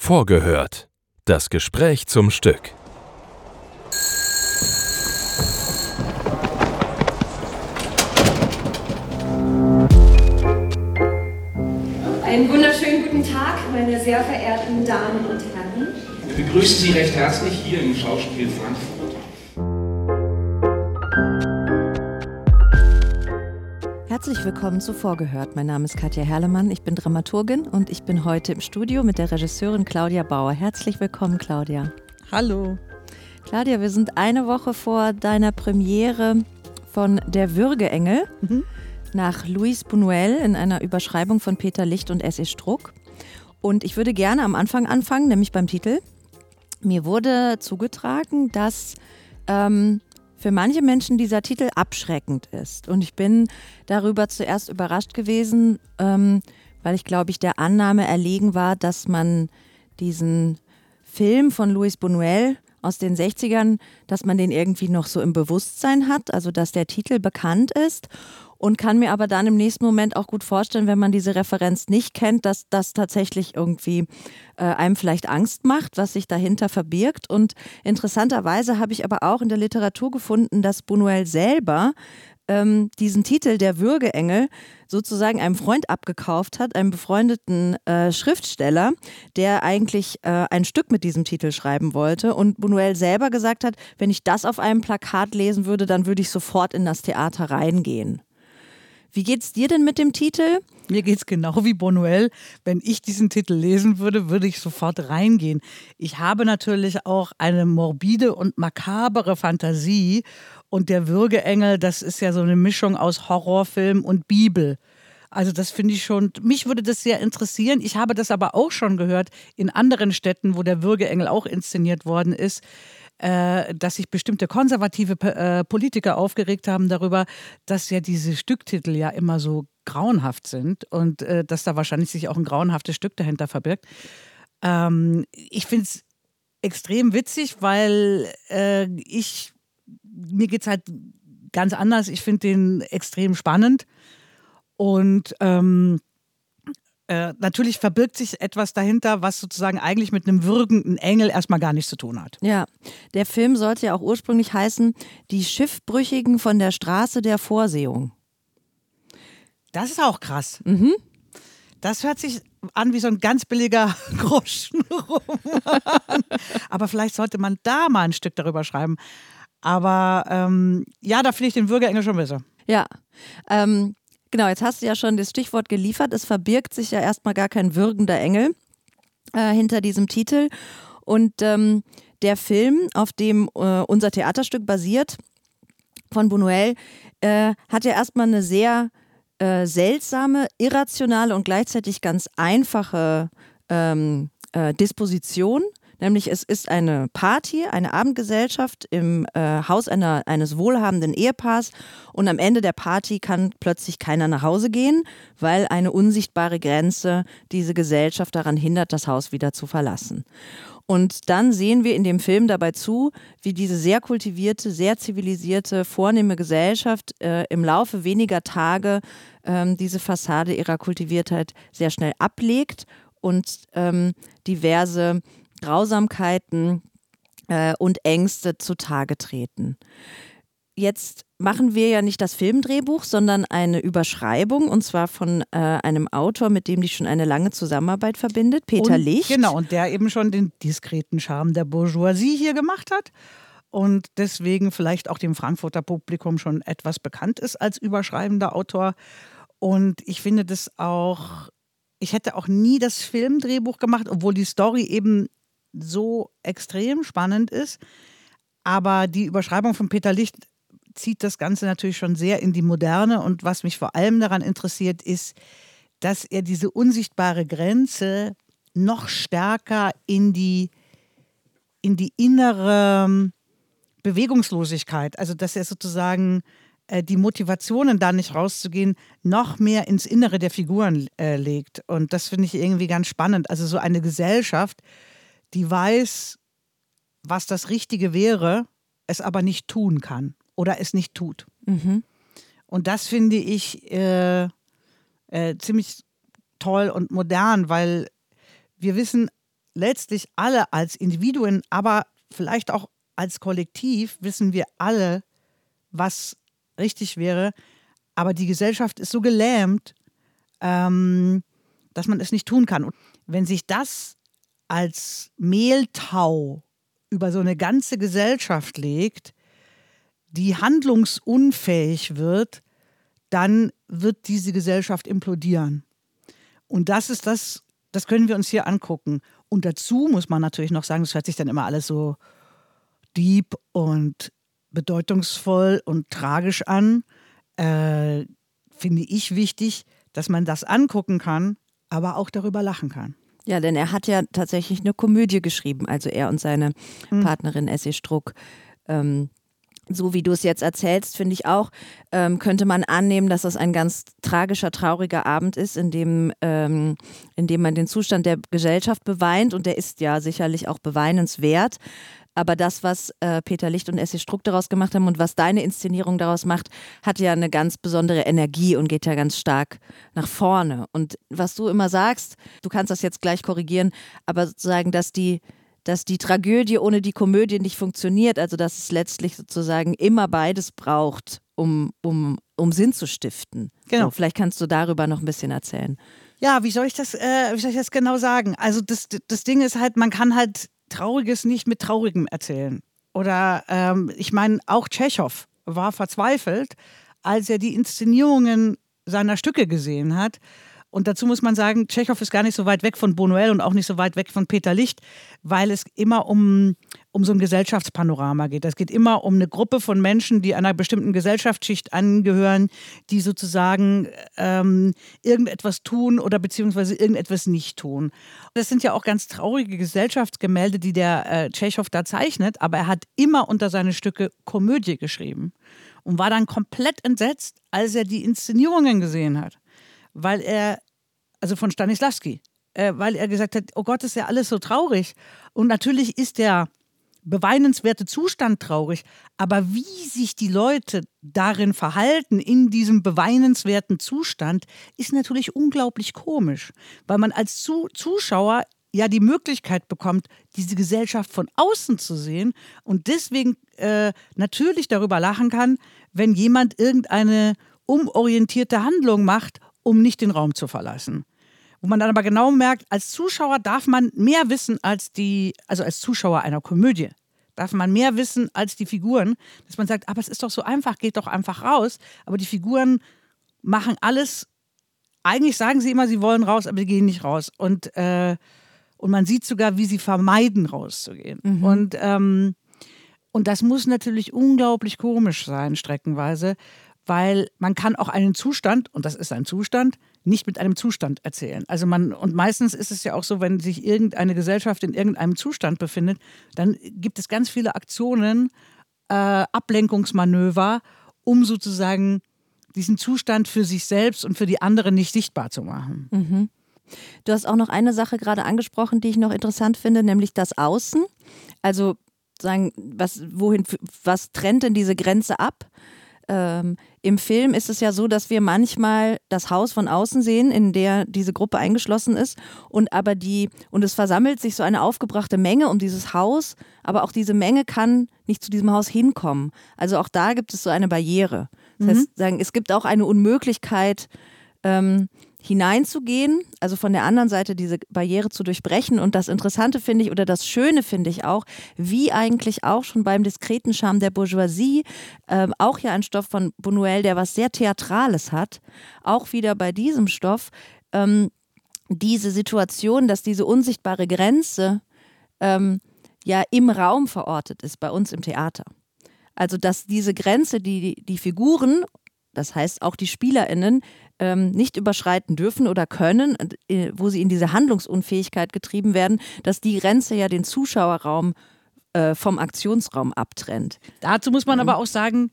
Vorgehört. Das Gespräch zum Stück. Einen wunderschönen guten Tag, meine sehr verehrten Damen und Herren. Wir begrüßen Sie recht herzlich hier im Schauspiel Frankfurt. Herzlich willkommen zu Vorgehört. Mein Name ist Katja Herlemann, ich bin Dramaturgin und ich bin heute im Studio mit der Regisseurin Claudia Bauer. Herzlich willkommen, Claudia. Hallo. Claudia, wir sind eine Woche vor deiner Premiere von Der Würgeengel nach Luis Buñuel in einer Überschreibung von Peter Licht und S.E. Struck. Und ich würde gerne am Anfang anfangen, nämlich beim Titel. Mir wurde zugetragen, dass für manche Menschen dieser Titel abschreckend ist. Und ich bin darüber zuerst überrascht gewesen, weil ich, glaube ich, der Annahme erlegen war, dass man diesen Film von Luis Buñuel aus den 60ern, dass man den irgendwie noch so im Bewusstsein hat, also dass der Titel bekannt ist. Und kann mir aber dann im nächsten Moment auch gut vorstellen, wenn man diese Referenz nicht kennt, dass das tatsächlich irgendwie einem vielleicht Angst macht, was sich dahinter verbirgt. Und interessanterweise habe ich aber auch in der Literatur gefunden, dass Buñuel selber diesen Titel Der Würgeengel sozusagen einem Freund abgekauft hat, einem befreundeten Schriftsteller, der eigentlich ein Stück mit diesem Titel schreiben wollte. Und Buñuel selber gesagt hat, wenn ich das auf einem Plakat lesen würde, dann würde ich sofort in das Theater reingehen. Wie geht's dir denn mit dem Titel? Mir geht's genau wie Buñuel. Wenn ich diesen Titel lesen würde, würde ich sofort reingehen. Ich habe natürlich auch eine morbide und makabere Fantasie. Und der Würgeengel, das ist ja so eine Mischung aus Horrorfilm und Bibel. Also das finde ich schon, mich würde das sehr interessieren. Ich habe das aber auch schon gehört in anderen Städten, wo der Würgeengel auch inszeniert worden ist, dass sich bestimmte konservative Politiker aufgeregt haben darüber, dass ja diese Stücktitel ja immer so grauenhaft sind und dass da wahrscheinlich sich auch ein grauenhaftes Stück dahinter verbirgt. Ich finde es extrem witzig, weil mir geht es halt ganz anders. Ich finde den extrem spannend und natürlich verbirgt sich etwas dahinter, was sozusagen eigentlich mit einem würgenden Engel erstmal gar nichts zu tun hat. Ja, der Film sollte ja auch ursprünglich heißen Die Schiffbrüchigen von der Straße der Vorsehung. Das ist auch krass. Mhm. Das hört sich an wie so ein ganz billiger Groschenroman. Aber vielleicht sollte man da mal ein Stück darüber schreiben. Aber ja, da finde ich den Würgeengel schon besser. Ja, genau, jetzt hast du ja schon das Stichwort geliefert. Es verbirgt sich ja erstmal gar kein würgender Engel hinter diesem Titel. Und der Film, auf dem unser Theaterstück basiert, von Buñuel, hat ja erstmal eine sehr seltsame, irrationale und gleichzeitig ganz einfache Disposition. Nämlich es ist eine Party, eine Abendgesellschaft im Haus eines wohlhabenden Ehepaars und am Ende der Party kann plötzlich keiner nach Hause gehen, weil eine unsichtbare Grenze diese Gesellschaft daran hindert, das Haus wieder zu verlassen. Und dann sehen wir in dem Film dabei zu, wie diese sehr kultivierte, sehr zivilisierte, vornehme Gesellschaft im Laufe weniger Tage diese Fassade ihrer Kultiviertheit sehr schnell ablegt und diverse Grausamkeiten und Ängste zutage treten. Jetzt machen wir ja nicht das Filmdrehbuch, sondern eine Überschreibung und zwar von einem Autor, mit dem dich schon eine lange Zusammenarbeit verbindet, Peter Licht. Genau, und der eben schon den diskreten Charme der Bourgeoisie hier gemacht hat und deswegen vielleicht auch dem Frankfurter Publikum schon etwas bekannt ist als überschreibender Autor. Und ich finde das auch, ich hätte auch nie das Filmdrehbuch gemacht, obwohl die Story eben so extrem spannend ist. Aber die Überschreibung von Peter Licht zieht das Ganze natürlich schon sehr in die Moderne. Und was mich vor allem daran interessiert, ist, dass er diese unsichtbare Grenze noch stärker in die innere Bewegungslosigkeit, also dass er sozusagen die Motivationen, da nicht rauszugehen, noch mehr ins Innere der Figuren legt. Und das finde ich irgendwie ganz spannend. Also so eine Gesellschaft, die weiß, was das Richtige wäre, es aber nicht tun kann oder es nicht tut. Mhm. Und das finde ich ziemlich toll und modern, weil wir wissen letztlich alle als Individuen, aber vielleicht auch als Kollektiv wissen wir alle, was richtig wäre. Aber die Gesellschaft ist so gelähmt, dass man es nicht tun kann. Und wenn sich das als Mehltau über so eine ganze Gesellschaft legt, die handlungsunfähig wird, dann wird diese Gesellschaft implodieren. Und das können wir uns hier angucken. Und dazu muss man natürlich noch sagen, das hört sich dann immer alles so deep und bedeutungsvoll und tragisch an. Finde ich wichtig, dass man das angucken kann, aber auch darüber lachen kann. Ja, denn er hat ja tatsächlich eine Komödie geschrieben, also er und seine Partnerin S.E. Struck. So wie du es jetzt erzählst, finde ich auch, könnte man annehmen, dass das ein ganz tragischer, trauriger Abend ist, in dem man den Zustand der Gesellschaft beweint, und der ist ja sicherlich auch beweinenswert. Aber das, was Peter Licht und S.E. Struck daraus gemacht haben und was deine Inszenierung daraus macht, hat ja eine ganz besondere Energie und geht ja ganz stark nach vorne. Und was du immer sagst, du kannst das jetzt gleich korrigieren, aber sozusagen, dass die Tragödie ohne die Komödie nicht funktioniert, also dass es letztlich sozusagen immer beides braucht, um Sinn zu stiften. Genau. So, vielleicht kannst du darüber noch ein bisschen erzählen. Ja, wie soll ich das genau sagen? Also das Ding ist halt, man kann halt Trauriges nicht mit Traurigem erzählen. Oder ich meine, auch Tschechow war verzweifelt, als er die Inszenierungen seiner Stücke gesehen hat. Und dazu muss man sagen, Tschechow ist gar nicht so weit weg von Buñuel und auch nicht so weit weg von Peter Licht, weil es immer um so ein Gesellschaftspanorama geht. Es geht immer um eine Gruppe von Menschen, die einer bestimmten Gesellschaftsschicht angehören, die sozusagen irgendetwas tun oder beziehungsweise irgendetwas nicht tun. Das sind ja auch ganz traurige Gesellschaftsgemälde, die der Tschechow da zeichnet, aber er hat immer unter seine Stücke Komödie geschrieben und war dann komplett entsetzt, als er die Inszenierungen gesehen hat. Von Stanisławski, weil er gesagt hat, oh Gott, ist ja alles so traurig. Und natürlich ist der beweinenswerte Zustand traurig, aber wie sich die Leute darin verhalten, in diesem beweinenswerten Zustand, ist natürlich unglaublich komisch, weil man als Zuschauer ja die Möglichkeit bekommt, diese Gesellschaft von außen zu sehen und deswegen natürlich darüber lachen kann, wenn jemand irgendeine umorientierte Handlung macht, um nicht den Raum zu verlassen. Wo man dann aber genau merkt, als Zuschauer darf man mehr wissen als als Zuschauer einer Komödie, darf man mehr wissen als die Figuren, dass man sagt, aber es ist doch so einfach, geht doch einfach raus. Aber die Figuren machen alles, eigentlich sagen sie immer, sie wollen raus, aber sie gehen nicht raus. Und man sieht sogar, wie sie vermeiden, rauszugehen. Mhm. Und das muss natürlich unglaublich komisch sein, streckenweise, weil man kann auch einen Zustand, und das ist ein Zustand, nicht mit einem Zustand erzählen. Und meistens ist es ja auch so, wenn sich irgendeine Gesellschaft in irgendeinem Zustand befindet, dann gibt es ganz viele Aktionen, Ablenkungsmanöver, um sozusagen diesen Zustand für sich selbst und für die anderen nicht sichtbar zu machen. Mhm. Du hast auch noch eine Sache gerade angesprochen, die ich noch interessant finde, nämlich das Außen. Also sagen, was trennt denn diese Grenze ab? Im Film ist es ja so, dass wir manchmal das Haus von außen sehen, in der diese Gruppe eingeschlossen ist, und es versammelt sich so eine aufgebrachte Menge um dieses Haus, aber auch diese Menge kann nicht zu diesem Haus hinkommen. Also auch da gibt es so eine Barriere. Das heißt, es gibt auch eine Unmöglichkeit, hineinzugehen, also von der anderen Seite diese Barriere zu durchbrechen. Und das Interessante finde ich, oder das Schöne finde ich auch, wie eigentlich auch schon beim diskreten Charme der Bourgeoisie, auch ja ein Stoff von Buñuel, der was sehr Theatrales hat, auch wieder bei diesem Stoff, diese Situation, dass diese unsichtbare Grenze ja im Raum verortet ist, bei uns im Theater. Also dass diese Grenze, die Figuren, das heißt auch die SpielerInnen, nicht überschreiten dürfen oder können, wo sie in diese Handlungsunfähigkeit getrieben werden, dass die Grenze ja den Zuschauerraum vom Aktionsraum abtrennt. Dazu muss man aber auch sagen,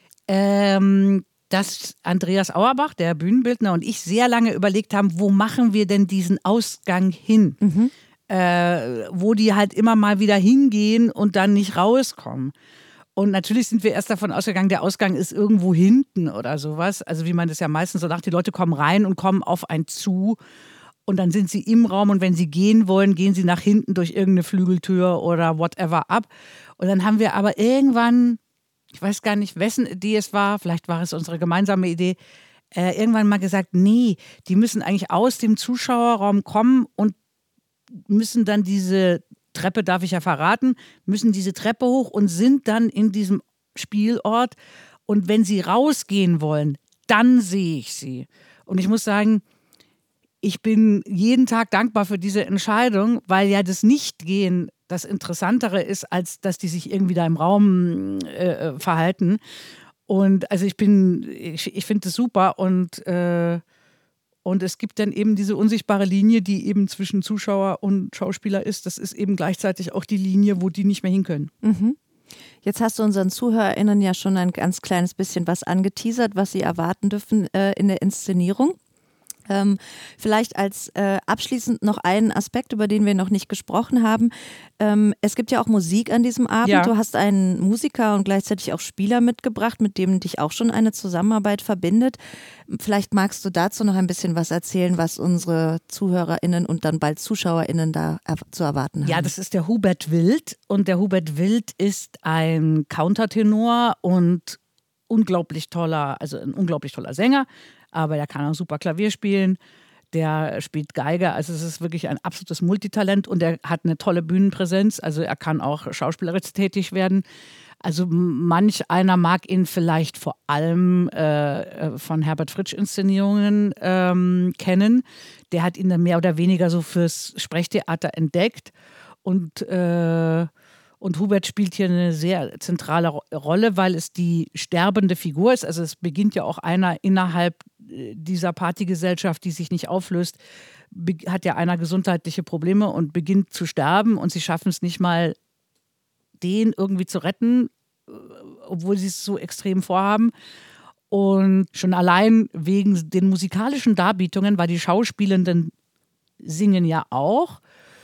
dass Andreas Auerbach, der Bühnenbildner, und ich sehr lange überlegt haben, wo machen wir denn diesen Ausgang hin? Mhm. Wo die halt immer mal wieder hingehen und dann nicht rauskommen. Und natürlich sind wir erst davon ausgegangen, der Ausgang ist irgendwo hinten oder sowas. Also wie man das ja meistens so sagt, die Leute kommen rein und kommen auf einen zu. und dann sind sie im Raum und wenn sie gehen wollen, gehen sie nach hinten durch irgendeine Flügeltür oder whatever ab. Und dann haben wir aber irgendwann, ich weiß gar nicht, wessen Idee es war, vielleicht war es unsere gemeinsame Idee, irgendwann mal gesagt, nee, die müssen eigentlich aus dem Zuschauerraum kommen und müssen dann diese Treppe, darf ich ja verraten, müssen diese Treppe hoch und sind dann in diesem Spielort. Und wenn sie rausgehen wollen, dann sehe ich sie. Und ich muss sagen, ich bin jeden Tag dankbar für diese Entscheidung, weil ja das Nichtgehen das Interessantere ist, als dass die sich irgendwie da im Raum verhalten. Und also ich finde das super und es gibt dann eben diese unsichtbare Linie, die eben zwischen Zuschauer und Schauspieler ist. Das ist eben gleichzeitig auch die Linie, wo die nicht mehr hin können. Mhm. Jetzt hast du unseren ZuhörerInnen ja schon ein ganz kleines bisschen was angeteasert, was sie erwarten dürfen in der Inszenierung. Vielleicht als abschließend noch einen Aspekt, über den wir noch nicht gesprochen haben. Es gibt ja auch Musik an diesem Abend. Ja. Du hast einen Musiker und gleichzeitig auch Spieler mitgebracht, mit dem dich auch schon eine Zusammenarbeit verbindet. Vielleicht magst du dazu noch ein bisschen was erzählen, was unsere ZuhörerInnen und dann bald ZuschauerInnen da zu erwarten haben. Ja, das ist der Hubert Wild und der Hubert Wild ist ein Countertenor und ein unglaublich toller Sänger. Aber der kann auch super Klavier spielen, der spielt Geige, also es ist wirklich ein absolutes Multitalent und er hat eine tolle Bühnenpräsenz, also er kann auch schauspielerisch tätig werden. Also manch einer mag ihn vielleicht vor allem von Herbert Fritsch Inszenierungen kennen. Der hat ihn dann mehr oder weniger so fürs Sprechtheater entdeckt und Hubert spielt hier eine sehr zentrale Rolle, weil es die sterbende Figur ist. Also es beginnt ja auch einer innerhalb dieser Partygesellschaft, die sich nicht auflöst, hat ja einer gesundheitliche Probleme und beginnt zu sterben und sie schaffen es nicht mal, den irgendwie zu retten, obwohl sie es so extrem vorhaben. Und schon allein wegen den musikalischen Darbietungen, weil die Schauspielenden singen ja auch,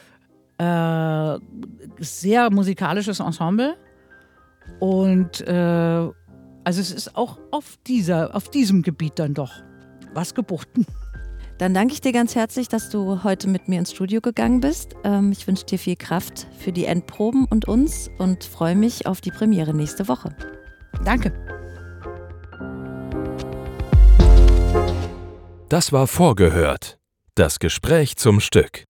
sehr musikalisches Ensemble und also es ist auch auf diesem Gebiet dann doch was geboten. Dann danke ich dir ganz herzlich, dass du heute mit mir ins Studio gegangen bist. Ich wünsche dir viel Kraft für die Endproben und uns und freue mich auf die Premiere nächste Woche. Danke. Das war Vorgehört. Das Gespräch zum Stück.